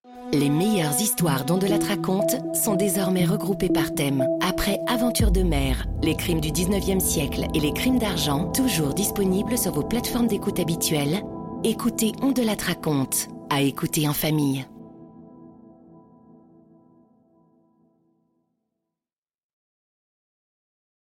Les meilleures histoires dont Delat raconte sont désormais regroupées par thème. Après Aventures de mer, les crimes du 19e siècle et les crimes d'argent, toujours disponibles sur vos plateformes d'écoute habituelles, écoutez On Delat raconte, à écouter en famille.